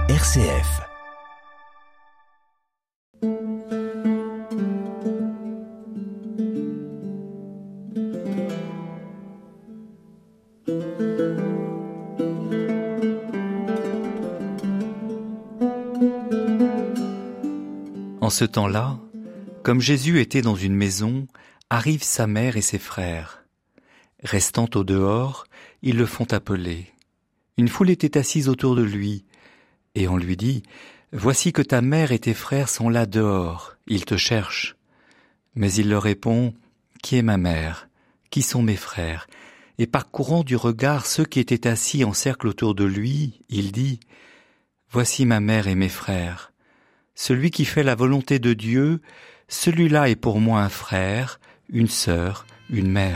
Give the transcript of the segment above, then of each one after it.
RCF. En ce temps-là, comme Jésus était dans une maison, arrivent sa mère et ses frères. Restant au dehors, ils le font appeler. Une foule était assise autour de lui, et on lui dit « Voici que ta mère et tes frères sont là dehors, ils te cherchent. » Mais il leur répond « Qui est ma mère ? Qui sont mes frères ?» Et parcourant du regard ceux qui étaient assis en cercle autour de lui, il dit « Voici ma mère et mes frères. Celui qui fait la volonté de Dieu, celui-là est pour moi un frère, une sœur, une mère. »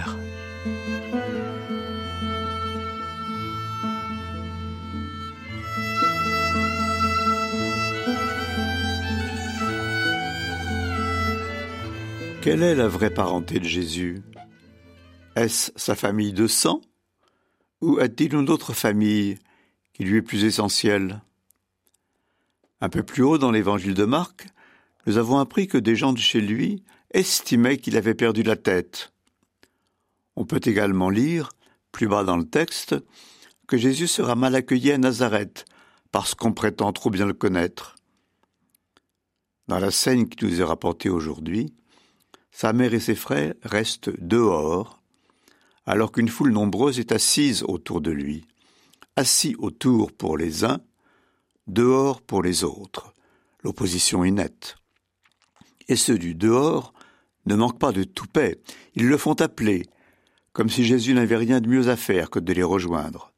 Quelle est la vraie parenté de Jésus ? Est-ce sa famille de sang ? Ou a-t-il une autre famille qui lui est plus essentielle ? Un peu plus haut dans l'évangile de Marc, nous avons appris que des gens de chez lui estimaient qu'il avait perdu la tête. On peut également lire, plus bas dans le texte, que Jésus sera mal accueilli à Nazareth parce qu'on prétend trop bien le connaître. Dans la scène qui nous est rapportée aujourd'hui, sa mère et ses frères restent dehors, alors qu'une foule nombreuse est assise autour de lui, assis autour pour les uns, dehors pour les autres. L'opposition est nette. Et ceux du dehors ne manquent pas de toupet. Ils le font appeler, comme si Jésus n'avait rien de mieux à faire que de les rejoindre.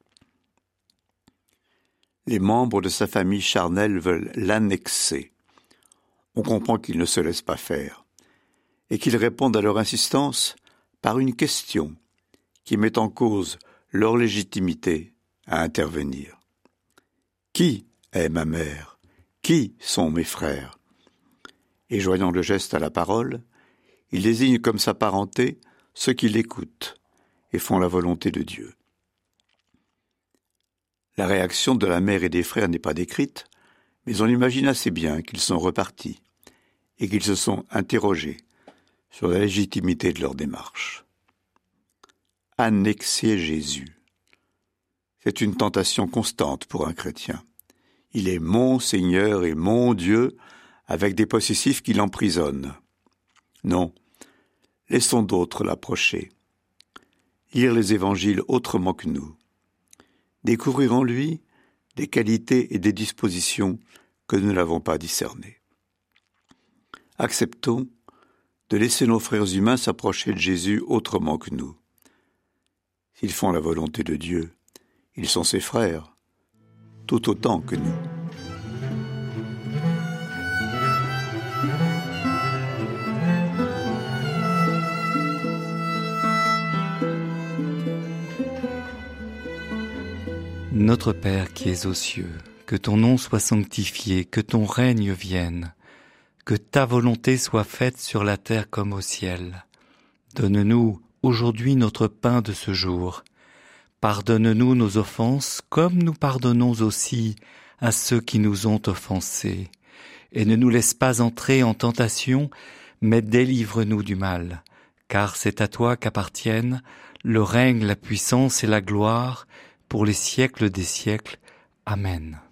Les membres de sa famille charnelle veulent l'annexer. On comprend qu'ils ne se laissent pas faire, et qu'ils répondent à leur insistance par une question qui met en cause leur légitimité à intervenir. Qui est ma mère ? Qui sont mes frères ? Et joignant le geste à la parole, il désigne comme sa parenté ceux qui l'écoutent et font la volonté de Dieu. La réaction de la mère et des frères n'est pas décrite, mais on imagine assez bien qu'ils sont repartis et qu'ils se sont interrogés sur la légitimité de leur démarche. Annexer Jésus, c'est une tentation constante pour un chrétien. Il est mon Seigneur et mon Dieu, avec des possessifs qui l'emprisonnent. Non, laissons d'autres l'approcher. Lire les évangiles autrement que nous. Découvrir en lui des qualités et des dispositions que nous n'avons pas discernées. Acceptons de laisser nos frères humains s'approcher de Jésus autrement que nous. S'ils font la volonté de Dieu, ils sont ses frères, tout autant que nous. Notre Père qui es aux cieux, que ton nom soit sanctifié, que ton règne vienne, que ta volonté soit faite sur la terre comme au ciel. Donne-nous aujourd'hui notre pain de ce jour. Pardonne-nous nos offenses comme nous pardonnons aussi à ceux qui nous ont offensés. Et ne nous laisse pas entrer en tentation, mais délivre-nous du mal. Car c'est à toi qu'appartiennent le règne, la puissance et la gloire pour les siècles des siècles. Amen.